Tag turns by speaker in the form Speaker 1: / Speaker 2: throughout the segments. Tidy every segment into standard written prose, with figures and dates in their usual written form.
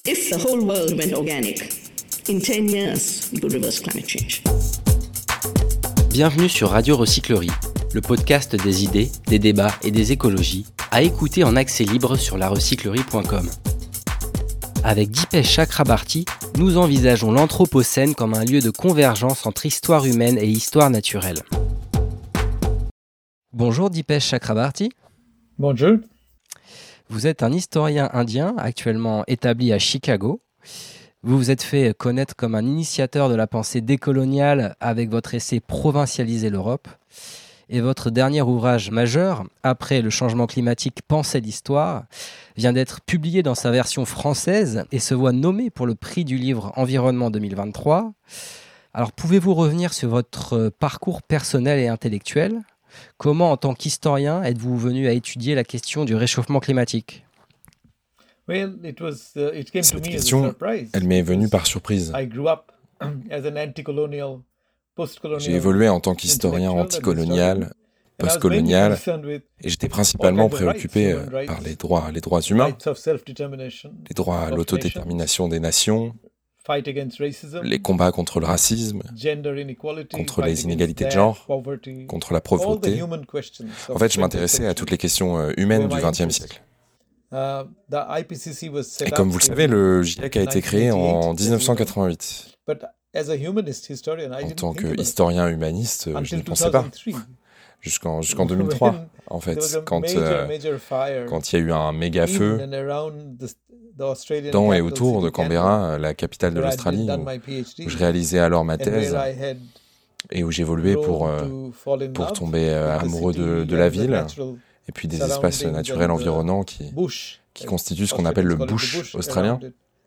Speaker 1: If the whole world went organic, in 10 years, we could reverse climate change.
Speaker 2: Bienvenue sur Radio Recyclerie, le podcast des idées, des débats et des écologies, à écouter en accès libre sur larecyclerie.com. Avec Dipesh Chakrabarty, nous envisageons l'Anthropocène comme un lieu de convergence entre histoire humaine et histoire naturelle. Bonjour Dipesh Chakrabarty.
Speaker 3: Bonjour.
Speaker 2: Vous êtes un historien indien actuellement établi à Chicago. Vous vous êtes fait connaître comme un initiateur de la pensée décoloniale avec votre essai Provincialiser l'Europe. Et votre dernier ouvrage majeur, Après le changement climatique, Penser l'histoire, vient d'être publié dans sa version française et se voit nommé pour le prix du livre Environnement 2023. Alors pouvez-vous revenir sur votre parcours personnel et intellectuel ? Comment, en tant qu'historien, êtes-vous venu à étudier la question du réchauffement climatique ?
Speaker 4: Cette question, elle m'est venue par surprise. J'ai évolué en tant qu'historien anticolonial, postcolonial, et j'étais principalement préoccupé par les droits humains, les droits à l'autodétermination des nations, les combats contre le racisme, contre les inégalités de genre, contre la pauvreté. En fait, je m'intéressais à toutes les questions humaines du XXe siècle. Et comme vous le savez, le GIEC a été créé en 1988. En tant qu'historien humaniste, je n'y pensais pas. Jusqu'en 2003, en fait, quand il y a eu un méga feu dans et autour de Canberra, la capitale de l'Australie, où je réalisais alors ma thèse et où j'évoluais pour tomber amoureux de la ville et puis des espaces naturels environnants qui constituent ce qu'on appelle le bush australien.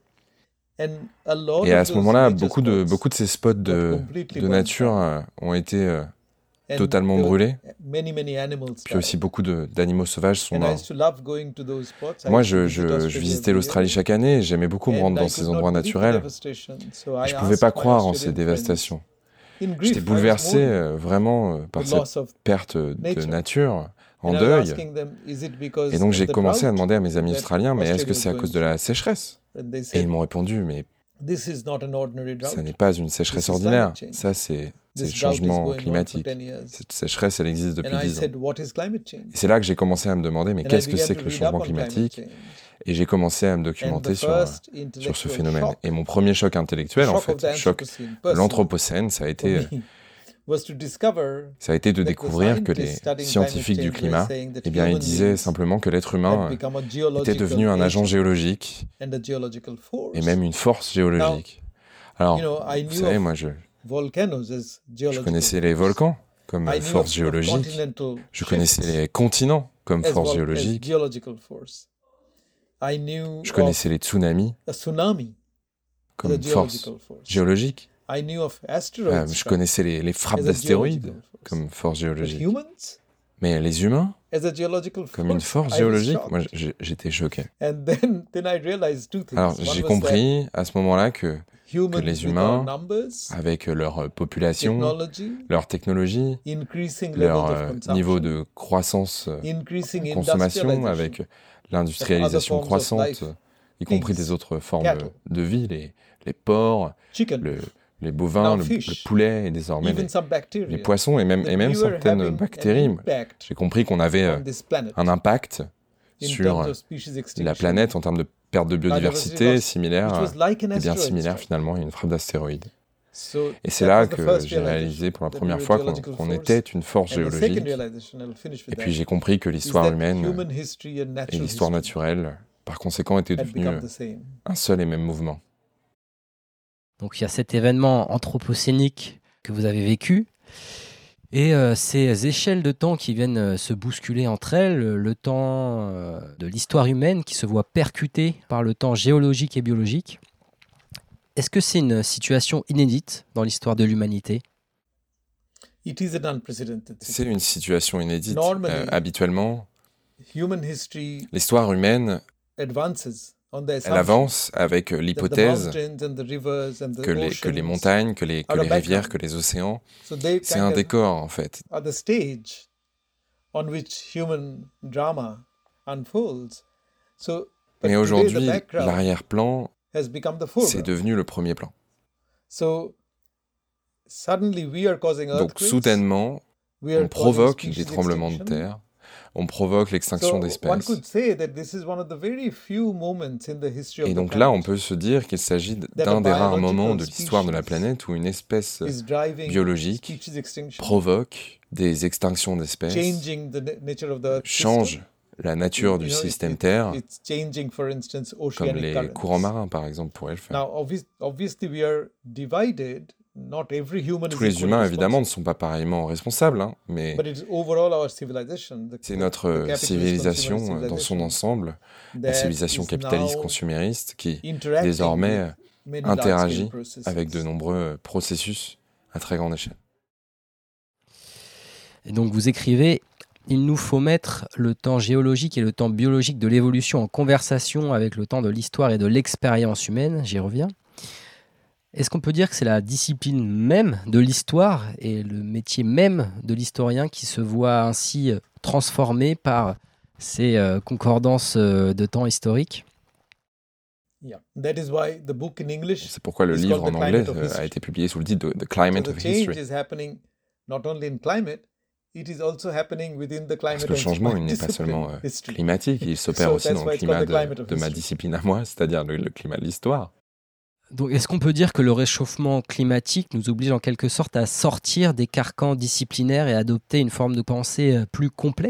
Speaker 4: Et à ce moment-là, beaucoup de ces spots de nature ont été totalement brûlés. Puis aussi beaucoup d'animaux sauvages sont morts. Moi, je visitais l'Australie chaque année et j'aimais beaucoup me rendre dans ces endroits naturels. Et je ne pouvais pas croire en ces dévastations. J'étais bouleversé vraiment par cette perte de nature, en deuil. Et donc j'ai commencé à demander à mes amis australiens, mais est-ce que c'est à cause de la sécheresse ? Et ils m'ont répondu, mais ça n'est pas une sécheresse ordinaire, ça c'est le changement climatique. Cette sécheresse, elle existe depuis 10 ans. Et c'est là que j'ai commencé à me demander, mais qu'est-ce que c'est que le changement climatique ? Et j'ai commencé à me documenter sur ce phénomène. Et mon premier choc intellectuel, en fait, le choc de l'Anthropocène, ça a été de découvrir que les scientifiques du climat, eh bien, ils disaient simplement que l'être humain était devenu un agent géologique et même une force géologique. Alors, vous savez, moi, je connaissais les volcans comme force géologique, je connaissais les continents comme force géologique, je connaissais les tsunamis comme force géologique. Je connaissais les frappes d'astéroïdes comme force géologique. Mais les humains, comme une force géologique, moi j'étais choqué. Alors j'ai compris à ce moment-là que les humains, avec leur population, leur technologie, leur niveau de croissance, consommation, avec l'industrialisation croissante, y compris des autres formes de vie, les porcs, les bovins, le poulet et désormais les poissons et même certaines bactéries. J'ai compris qu'on avait un impact sur la planète en termes de perte de biodiversité similaire finalement à une frappe d'astéroïdes. Et c'est là que j'ai réalisé pour la première fois qu'on était une force géologique. Et puis j'ai compris que l'histoire humaine et l'histoire naturelle, par conséquent, étaient devenues un seul et même mouvement.
Speaker 2: Donc il y a cet événement anthropocénique que vous avez vécu et ces échelles de temps qui viennent se bousculer entre elles, le temps de l'histoire humaine qui se voit percuté par le temps géologique et biologique. Est-ce que c'est une situation inédite dans l'histoire de l'humanité ?
Speaker 4: C'est une situation inédite. Habituellement, l'histoire humaine elle avance avec l'hypothèse que les montagnes, que les rivières, que les océans, c'est un décor en fait. Mais aujourd'hui, l'arrière-plan, c'est devenu le premier plan. Donc soudainement, on provoque des tremblements de terre, on provoque l'extinction d'espèces. Et donc là, on peut se dire qu'il s'agit d'un des rares moments de l'histoire de la planète où une espèce biologique provoque des extinctions d'espèces, change la nature du système Terre, comme les courants marins, par exemple, pourraient le faire. Tous les humains, évidemment, ne sont pas pareillement responsables, hein, mais c'est notre civilisation dans son ensemble, la civilisation capitaliste consumériste, qui désormais interagit avec de nombreux processus à très grande échelle.
Speaker 2: Et donc vous écrivez: il nous faut mettre le temps géologique et le temps biologique de l'évolution en conversation avec le temps de l'histoire et de l'expérience humaine. J'y reviens. Est-ce qu'on peut dire que c'est la discipline même de l'histoire et le métier même de l'historien qui se voit ainsi transformé par ces concordances de temps historiques ?
Speaker 4: C'est pourquoi le livre en anglais a été publié sous le titre de The Climate of History. Parce que le changement, il n'est pas seulement climatique, il s'opère aussi dans le climat de ma discipline à moi, c'est-à-dire le climat de l'histoire.
Speaker 2: Donc, est-ce qu'on peut dire que le réchauffement climatique nous oblige en quelque sorte à sortir des carcans disciplinaires et à adopter une forme de pensée plus complexe ?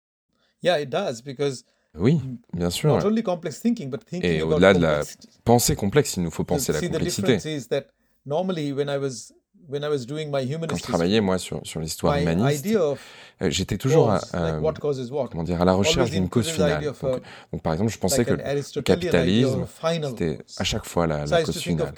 Speaker 4: Oui, bien sûr. Et au-delà de la pensée complexe, il nous faut penser la complexité. Quand je travaillais, moi, sur l'histoire humaniste, j'étais toujours à la recherche d'une cause finale. Donc, par exemple, je pensais que le capitalisme, c'était à chaque fois la cause finale.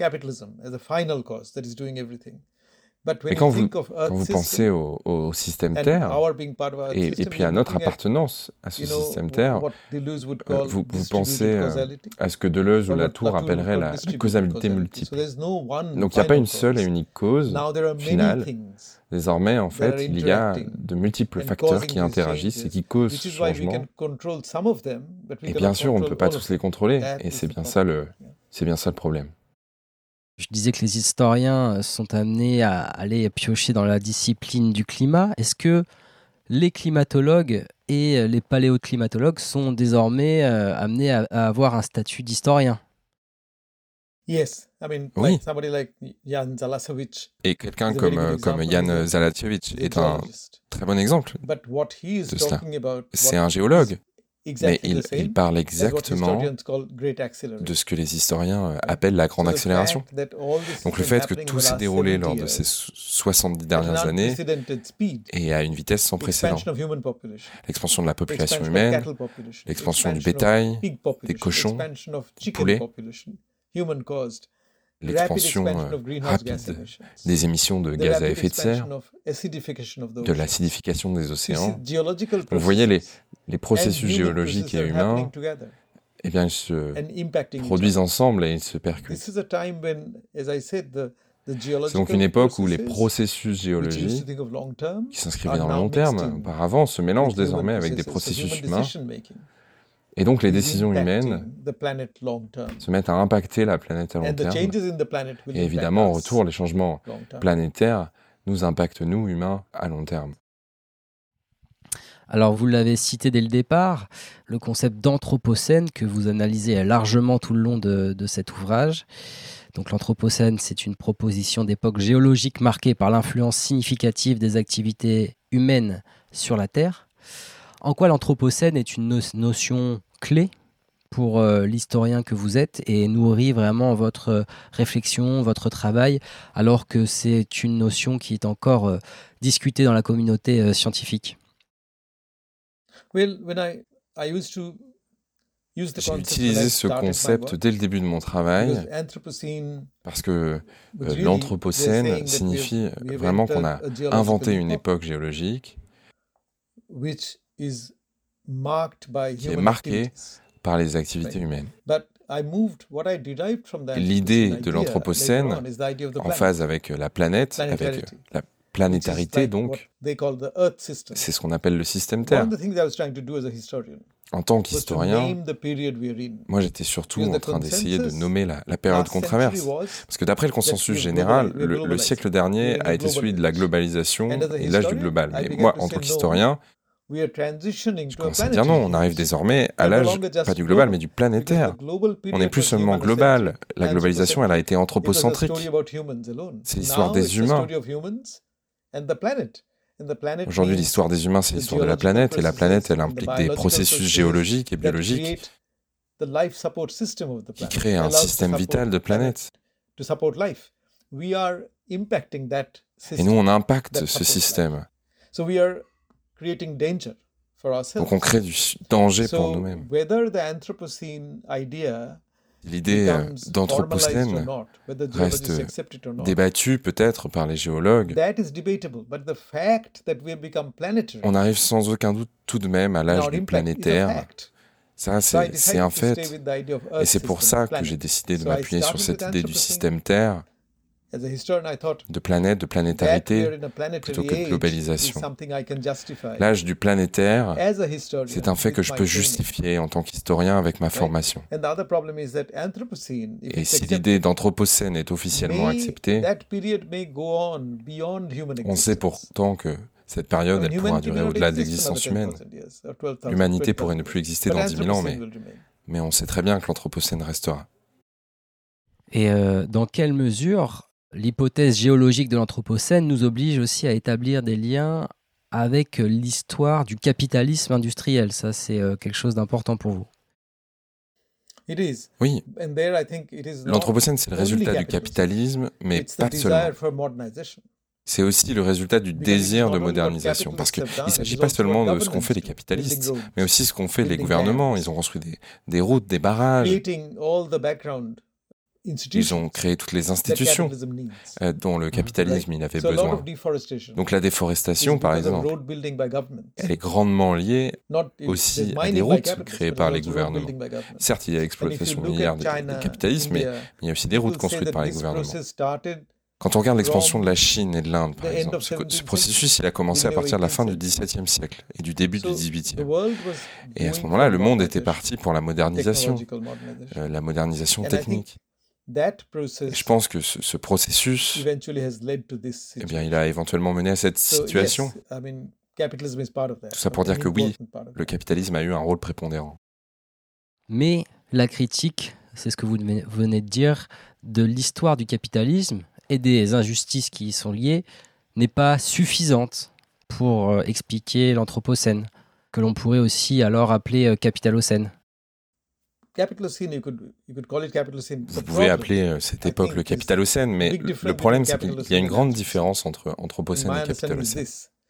Speaker 4: Mais quand vous pensez au système Terre, et puis à notre appartenance à ce système Terre, vous pensez à ce que Deleuze ou Latour appellerait la causalité multiple. Donc il n'y a pas une seule et unique cause finale. Désormais, en fait, il y a de multiples facteurs qui interagissent et qui causent ce changement. Et bien sûr, on ne peut pas tous les contrôler, et c'est bien ça le problème.
Speaker 2: Je disais que les historiens sont amenés à aller piocher dans la discipline du climat. Est-ce que les climatologues et les paléoclimatologues sont désormais amenés à avoir un statut d'historien ?
Speaker 4: Oui. Et quelqu'un comme Jan Zalasiewicz est un très bon exemple de cela. C'est un géologue. Mais il parle exactement de ce que les historiens appellent la grande accélération. Donc le fait que tout s'est déroulé lors de ces 70 dernières années et à une vitesse sans précédent. L'expansion de la population humaine, l'expansion du bétail, des cochons, du poulet, l'expansion rapide des émissions de gaz à effet de serre, de l'acidification des océans. Vous voyez, les processus géologiques et humains, eh bien, ils se produisent ensemble et ils se percutent. C'est donc une époque où les processus géologiques, qui s'inscrivaient dans le long terme, auparavant, se mélangent désormais avec des processus humains. Et donc les décisions humaines se mettent à impacter la planète à long terme. Et évidemment, en retour, les changements planétaires nous impactent, nous, humains, à long terme.
Speaker 2: Alors, vous l'avez cité dès le départ, le concept d'anthropocène que vous analysez largement tout le long de cet ouvrage. Donc, l'anthropocène, c'est une proposition d'époque géologique marquée par l'influence significative des activités humaines sur la Terre. En quoi l'anthropocène est une notion clé pour l'historien que vous êtes et nourrit vraiment votre réflexion, votre travail, alors que c'est une notion qui est encore discutée dans la communauté scientifique ?
Speaker 4: J'ai utilisé ce concept dès le début de mon travail parce que l'anthropocène signifie vraiment qu'on a inventé une époque géologique qui est marquée par les activités humaines. L'idée de l'anthropocène, en phase avec la planète, avec la planétarité, donc, c'est ce qu'on appelle le système Terre. En tant qu'historien, moi j'étais surtout en train d'essayer de nommer la période qu'on traverse. Parce que d'après le consensus général, le siècle dernier a été celui de la globalisation et l'âge du global. Mais moi, en tant qu'historien, je commence à dire non, on arrive désormais à l'âge, pas du global, mais du planétaire. On n'est plus seulement global. La globalisation, elle a été anthropocentrique. C'est l'histoire des humains. Aujourd'hui, l'histoire des humains, c'est l'histoire de la planète, et la planète, elle implique des processus géologiques et biologiques qui créent un système vital de planète. Et nous, on impacte ce système. Donc on crée du danger pour nous-mêmes. L'idée d'anthropocène reste débattue peut-être par les géologues. On arrive sans aucun doute tout de même à l'âge du planétaire. Ça, c'est un fait. Et c'est pour ça que j'ai décidé de m'appuyer sur cette idée du système Terre, de planète, de planétarité, plutôt que de globalisation. L'âge du planétaire, c'est un fait que je peux justifier en tant qu'historien avec ma formation. Et si l'idée d'anthropocène est officiellement acceptée, on sait pourtant que cette période, elle pourra durer au-delà de l'existence humaine. L'humanité pourrait ne plus exister dans 10 000 ans, mais on sait très bien que l'anthropocène restera.
Speaker 2: Et dans quelle mesure l'hypothèse géologique de l'anthropocène nous oblige aussi à établir des liens avec l'histoire du capitalisme industriel? Ça, c'est quelque chose d'important pour vous.
Speaker 4: Oui, l'anthropocène, c'est le résultat du capitalisme, mais pas seulement. C'est aussi le résultat du désir de modernisation, parce qu'il ne s'agit pas seulement de ce qu'ont fait les capitalistes, mais aussi ce qu'ont fait les gouvernements. Ils ont construit des routes, des barrages. Ils ont créé toutes les institutions dont le capitalisme il avait besoin. Donc la déforestation, par exemple, elle est grandement liée aussi à des routes créées par les gouvernements. Certes, il y a l'exploitation minière du capitalisme, mais il y a aussi des routes construites par les gouvernements. Quand on regarde l'expansion de la Chine et de l'Inde, par exemple, ce processus il a commencé à partir de la fin du XVIIe siècle et du début du XVIIIe. Et à ce moment-là, le monde était parti pour la modernisation technique. Et je pense que ce processus, eh bien, il a éventuellement mené à cette situation. Tout ça pour dire que oui, le capitalisme a eu un rôle prépondérant.
Speaker 2: Mais la critique, c'est ce que vous venez de dire, de l'histoire du capitalisme et des injustices qui y sont liées, n'est pas suffisante pour expliquer l'anthropocène, que l'on pourrait aussi alors appeler capitalocène.
Speaker 4: Vous pouvez appeler cette époque le capitalocène, mais le problème, c'est qu'il y a une grande différence entre anthropocène et capitalocène.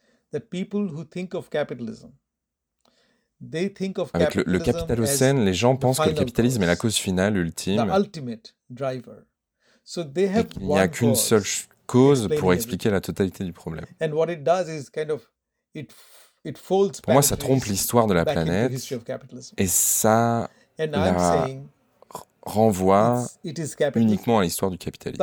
Speaker 4: Avec le capitalocène, les gens pensent que le capitalisme est la cause finale, ultime, et qu'il n'y a qu'une seule cause pour expliquer la totalité du problème. Pour moi, ça trompe l'histoire de la planète, et ça la renvoie uniquement à l'histoire du capitalisme.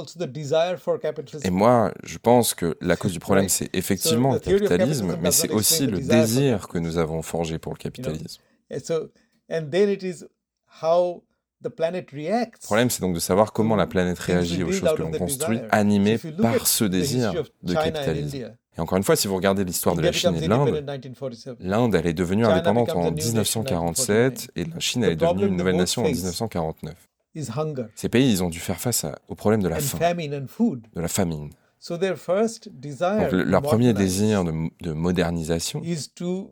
Speaker 4: Et moi, je pense que la cause du problème, c'est effectivement le capitalisme, mais c'est aussi le désir que nous avons forgé pour le capitalisme. Le problème, c'est donc de savoir comment la planète réagit aux choses que l'on construit, animée par ce désir de capitalisme. Et encore une fois, si vous regardez l'histoire de la Chine et de l'Inde, elle est devenue indépendante en 1947 et la Chine, elle est devenue une nouvelle nation en 1949. Ces pays, ils ont dû faire face au problème de la faim, de la famine. Donc leur premier désir de modernisation, il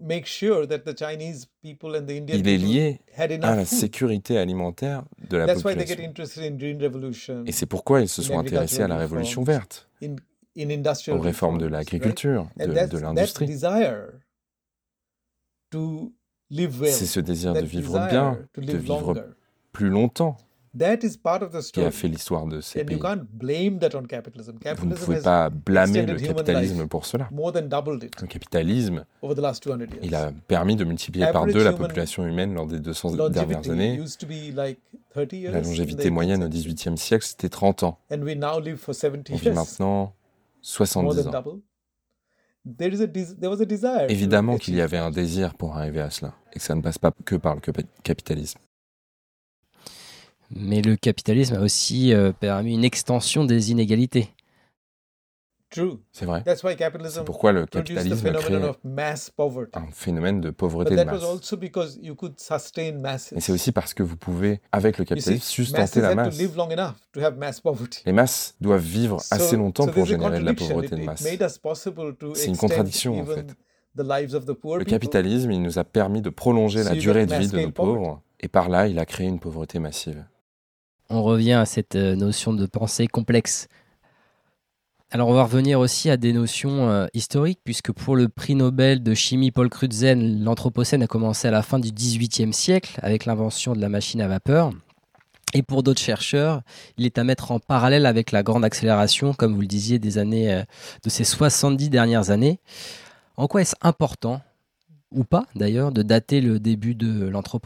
Speaker 4: est lié à la sécurité alimentaire de la population. Et c'est pourquoi ils se sont intéressés à la Révolution verte, aux réformes de l'agriculture, de l'industrie. C'est ce désir de vivre bien, de vivre plus longtemps, qui a fait l'histoire de ces pays. Vous ne pouvez pas blâmer le capitalisme pour cela. Le capitalisme, il a permis de multiplier par 2 la population humaine lors des 200 dernières années. La longévité moyenne au XVIIIe siècle, c'était 30 ans. On vit maintenant 70 ans. Évidemment qu'il y avait un désir pour arriver à cela, et que ça ne passe pas que par le capitalisme.
Speaker 2: Mais le capitalisme a aussi permis une extension des inégalités.
Speaker 4: C'est vrai. C'est pourquoi le capitalisme a créé un phénomène de pauvreté de masse. Mais c'est aussi parce que vous pouvez, avec le capitalisme, sustenter la masse. Les masses doivent vivre assez longtemps pour générer de la pauvreté de masse. C'est une contradiction, en fait. Le capitalisme, il nous a permis de prolonger la durée de vie de nos pauvres, et par là, il a créé une pauvreté massive.
Speaker 2: On revient à cette notion de pensée complexe. Alors on va revenir aussi à des notions historiques, puisque pour le prix Nobel de chimie Paul Crutzen, l'Anthropocène a commencé à la fin du XVIIIe siècle avec l'invention de la machine à vapeur. Et pour d'autres chercheurs, il est à mettre en parallèle avec la grande accélération, comme vous le disiez, des années, de ces 70 dernières années. En quoi est-ce important, ou pas d'ailleurs, de dater le début de l'Anthropocène ?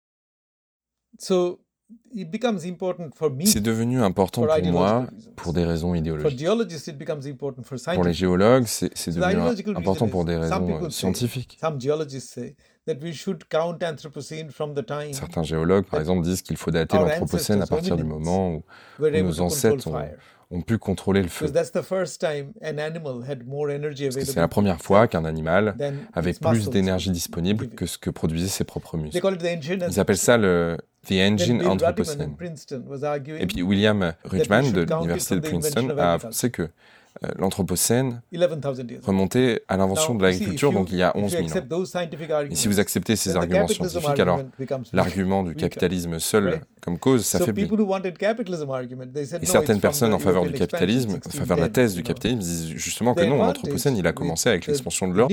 Speaker 4: C'est devenu important pour moi pour des raisons idéologiques. Pour les géologues, c'est devenu important pour des raisons scientifiques. Certains géologues, par exemple, disent qu'il faut dater l'Anthropocène à partir du moment où nos ancêtres ont pu contrôler le feu. Parce que c'est la première fois qu'un animal avait plus d'énergie disponible que ce que produisaient ses propres muscles. Ils appellent ça le The Engine Anthropocene. Et puis William Rudman de l'université de Princeton a avancé que l'Anthropocène remontait à l'invention de l'agriculture, donc il y a 11 000 ans. Et si vous acceptez ces arguments scientifiques, alors l'argument du capitalisme seul comme cause s'affaiblit. Et certaines personnes en faveur du capitalisme, en faveur de la thèse du capitalisme, disent justement que non, l'Anthropocène, il a commencé avec l'expansion de l'Europe.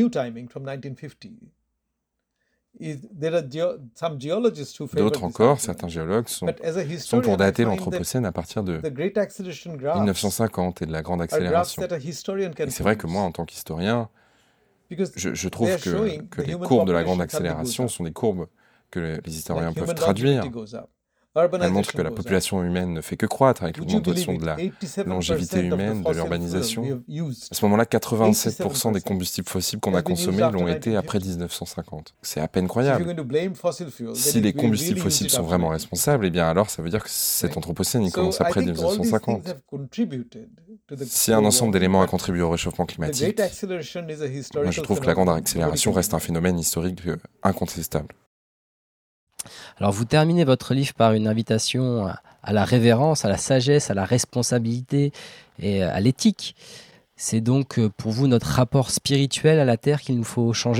Speaker 4: D'autres encore, certains géologues, sont pour dater l'Anthropocène à partir de 1950 et de la grande accélération. Et c'est vrai que moi, en tant qu'historien, je trouve que les courbes de la grande accélération sont des courbes que les historiens peuvent traduire. Elle montre que la population humaine ne fait que croître avec l'augmentation de la longévité humaine, de l'urbanisation. À ce moment-là, 87% des combustibles fossiles qu'on a consommés l'ont été après 1950. C'est à peine croyable. Si les combustibles fossiles sont vraiment responsables, eh bien alors ça veut dire que cet Anthropocène il commence après 1950. Si un ensemble d'éléments a contribué au réchauffement climatique, moi je trouve que la grande accélération reste un phénomène historique incontestable.
Speaker 2: Alors vous terminez votre livre par une invitation à la révérence, à la sagesse, à la responsabilité et à l'éthique. C'est donc pour vous notre rapport spirituel à la Terre qu'il nous faut changer ?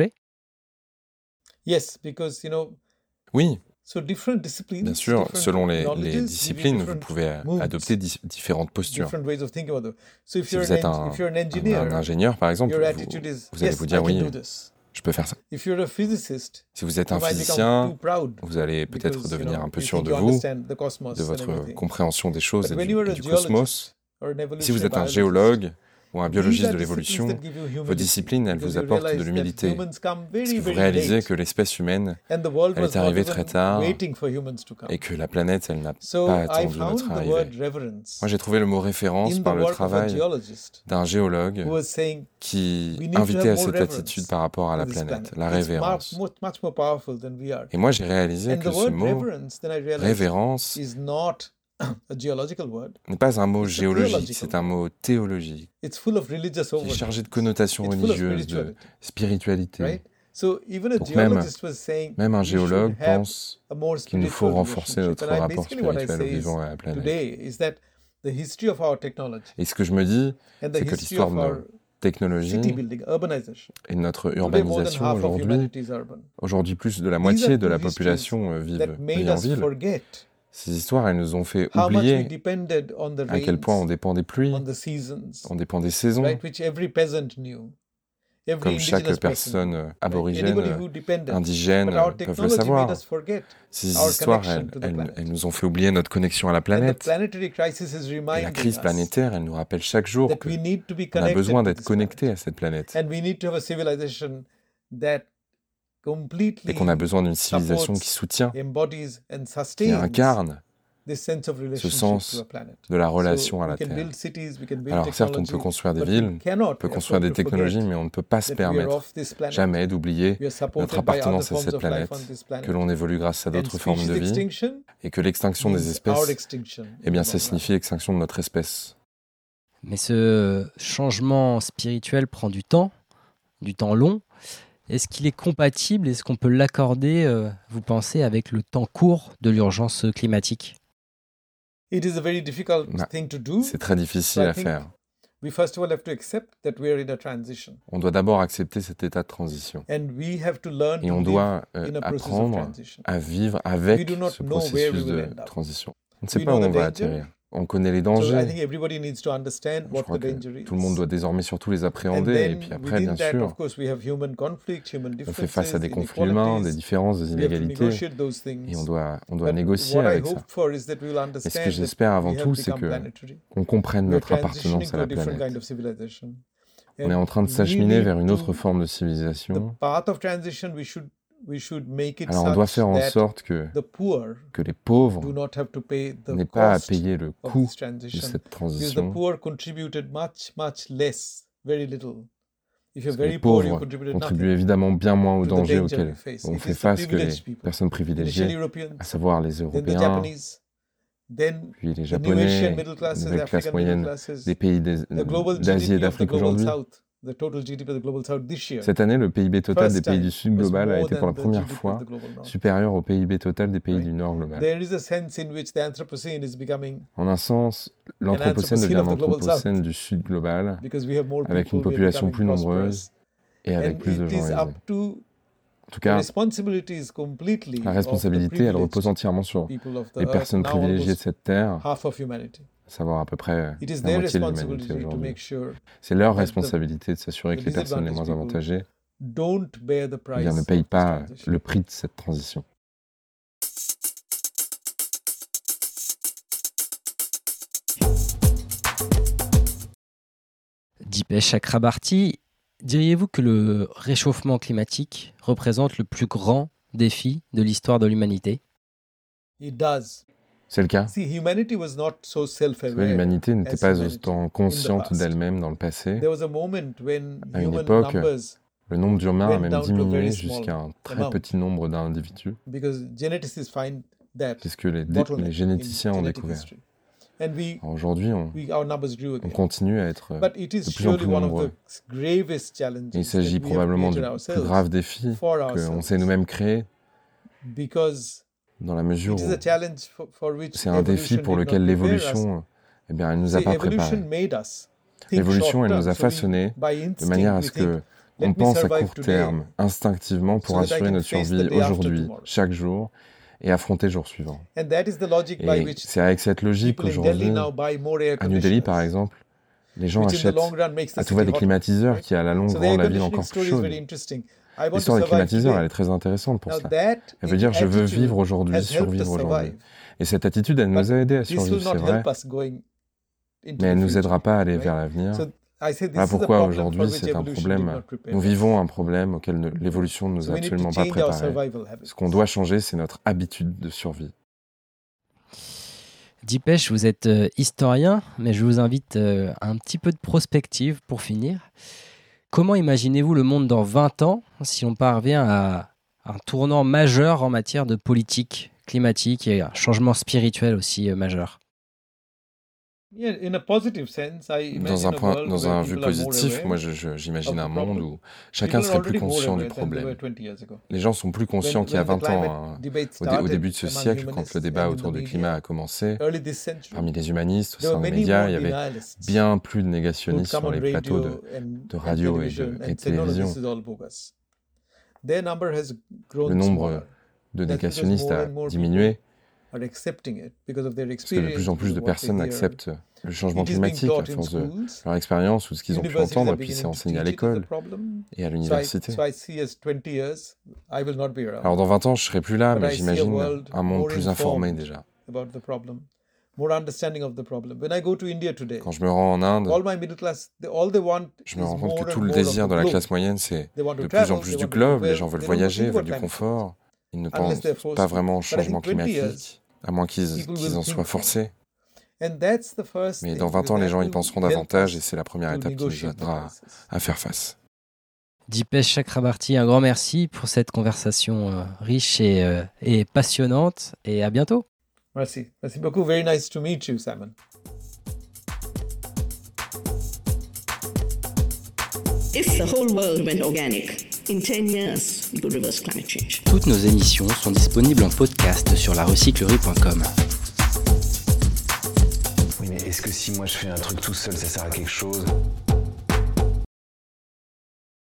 Speaker 4: Oui. Bien sûr, selon les disciplines, vous pouvez adopter différentes postures. Si vous êtes un ingénieur, par exemple, vous allez vous dire oui, je peux faire ça. Si vous êtes un physicien, vous allez peut-être devenir un peu sûr de vous, de votre compréhension des choses et du cosmos. Si vous êtes un géologue ou un biologiste de l'évolution, vos disciplines, elles vous apportent de l'humilité. Parce que vous réalisez que l'espèce humaine, elle est arrivée très tard et que la planète, elle n'a pas attendu notre arrivée. Moi, j'ai trouvé le mot référence par le travail d'un géologue qui invitait à cette attitude par rapport à la planète, la révérence. Et moi, j'ai réalisé que ce mot, révérence, n'est pas un mot géologique, c'est un mot théologique, qui est chargé de connotations religieuses, de spiritualité. Donc même un géologue pense qu'il nous faut renforcer notre rapport spirituel au vivant et à la planète. Et ce que je me dis, c'est que l'histoire de nos technologies et de notre urbanisation aujourd'hui plus de la moitié de la population vit en ville. Ces histoires, elles nous ont fait oublier à quel point on dépend des pluies, on dépend des saisons, comme chaque personne aborigène, indigène peuvent le savoir. Ces histoires, elles nous ont fait oublier notre connexion à la planète. Et la crise planétaire, elle nous rappelle chaque jour qu'on a besoin d'être connecté à cette planète. Et qu'on a besoin d'une civilisation qui soutient, qui incarne ce sens de la relation à la Terre. Alors certes, on peut construire des villes, on peut construire des technologies, mais on ne peut pas se permettre jamais d'oublier notre appartenance à cette planète, que l'on évolue grâce à d'autres formes de vie, et que l'extinction des espèces, eh bien ça signifie l'extinction de notre espèce.
Speaker 2: Mais ce changement spirituel prend du temps long. Est-ce qu'il est compatible, est-ce qu'on peut l'accorder, vous pensez, avec le temps court de l'urgence climatique ?
Speaker 4: C'est très difficile à faire. On doit d'abord accepter cet état de transition. Et on doit apprendre à vivre avec ce processus de transition. On ne sait pas où on va atterrir. On connaît les dangers. Je crois que tout le monde doit désormais surtout les appréhender. Et puis après, bien sûr, on fait face à des conflits humains, des différences, des inégalités. Et on doit négocier avec ça. Et ce que j'espère avant tout, c'est qu'on comprenne notre appartenance à la planète. On est en train de s'acheminer vers une autre forme de civilisation. Alors on doit faire en sorte que les pauvres n'aient pas à payer le coût de cette transition. Parce que les pauvres contribuent évidemment bien moins aux dangers auxquels on fait face que les personnes privilégiées, à savoir les Européens, puis les Japonais, la nouvelle classe moyenne des pays d'Asie et d'Afrique aujourd'hui. Cette année, le PIB total des pays du Sud global a été pour la première fois supérieur au PIB total des pays du Nord global. En un sens, l'Anthropocène devient l'Anthropocène du Sud global, avec une population plus nombreuse et avec plus de gens aisés. En tout cas, la responsabilité, elle repose entièrement sur les personnes privilégiées de cette terre, à savoir à peu près la moitié de l'humanité aujourd'hui. C'est leur responsabilité de s'assurer que les personnes les moins avantagées ne payent pas le prix de cette transition.
Speaker 2: Dipesh Chakrabarty, diriez-vous que le réchauffement climatique représente le plus grand défi de l'histoire de l'humanité ?
Speaker 4: C'est le cas. L'humanité n'était pas autant consciente d'elle-même dans le passé. À une époque, le nombre d'humains a même diminué jusqu'à un très petit nombre d'individus. C'est ce que les généticiens ont découvert. Alors aujourd'hui, on continue à être de plus en plus nombreux. Et il s'agit probablement du plus grave défi qu'on s'est nous-mêmes créé, dans la mesure où c'est un défi pour lequel l'évolution, elle ne nous a pas préparés. L'évolution, elle nous a façonnés de manière à ce qu'on pense à court terme, instinctivement, pour assurer notre survie aujourd'hui, chaque jour, et affronter le jour suivant. Et c'est avec cette logique qu'aujourd'hui, à New Delhi par exemple, les gens achètent à tout va des climatiseurs qui à la longue rendent la ville encore plus chaude. L'histoire des climatiseurs, elle est très intéressante pour cela. Elle veut dire je veux vivre aujourd'hui, survivre aujourd'hui. Et cette attitude, elle nous a aidés à survivre, c'est vrai, mais elle ne nous aidera pas à aller vers l'avenir. Voilà pourquoi aujourd'hui c'est un problème. Nous vivons un problème auquel l'évolution ne nous a absolument pas préparés. Ce qu'on doit changer, c'est notre habitude de survie.
Speaker 2: Dipesh, vous êtes historien, mais je vous invite à un petit peu de prospective pour finir. Comment imaginez-vous le monde dans 20 ans si on parvient à un tournant majeur en matière de politique climatique et un changement spirituel aussi majeur ?
Speaker 4: Dans un vue positif, moi j'imagine un monde où chacun serait plus conscient du problème. Les gens sont plus conscients qu'il y a 20 ans, au début de ce siècle, quand le débat autour du climat a commencé. Parmi les humanistes, au sein des médias, il y avait bien plus de négationnistes sur les plateaux de radio et de télévision. Le nombre de négationnistes a diminué. Parce que de plus en plus de personnes acceptent le changement climatique à force de leur expérience ou de ce qu'ils ont pu entendre, et puis c'est enseigné à l'école et à l'université. Alors dans 20 ans, je ne serai plus là, mais j'imagine un monde plus informé déjà. Quand je me rends en Inde, je me rends compte que tout le désir de la classe moyenne, c'est de plus en plus du globe. Les gens veulent voyager, veulent du confort. Ils ne pensent pas vraiment au changement climatique. à moins qu'ils en soient forcés. Mais dans 20 ans, les gens y penseront davantage et c'est la première étape qui nous aidera à faire face.
Speaker 2: Dipesh Chakrabarty, un grand merci pour cette conversation riche et passionnante, et à bientôt.
Speaker 3: Merci. Merci beaucoup. Very nice to meet you, Simon.
Speaker 1: If the whole world went organic, in 10 years, we could reverse climate change.
Speaker 2: Toutes nos émissions sont disponibles en podcast sur larecyclerie.com.
Speaker 5: Oui, mais est-ce que si moi je fais un truc tout seul, ça sert à quelque chose ?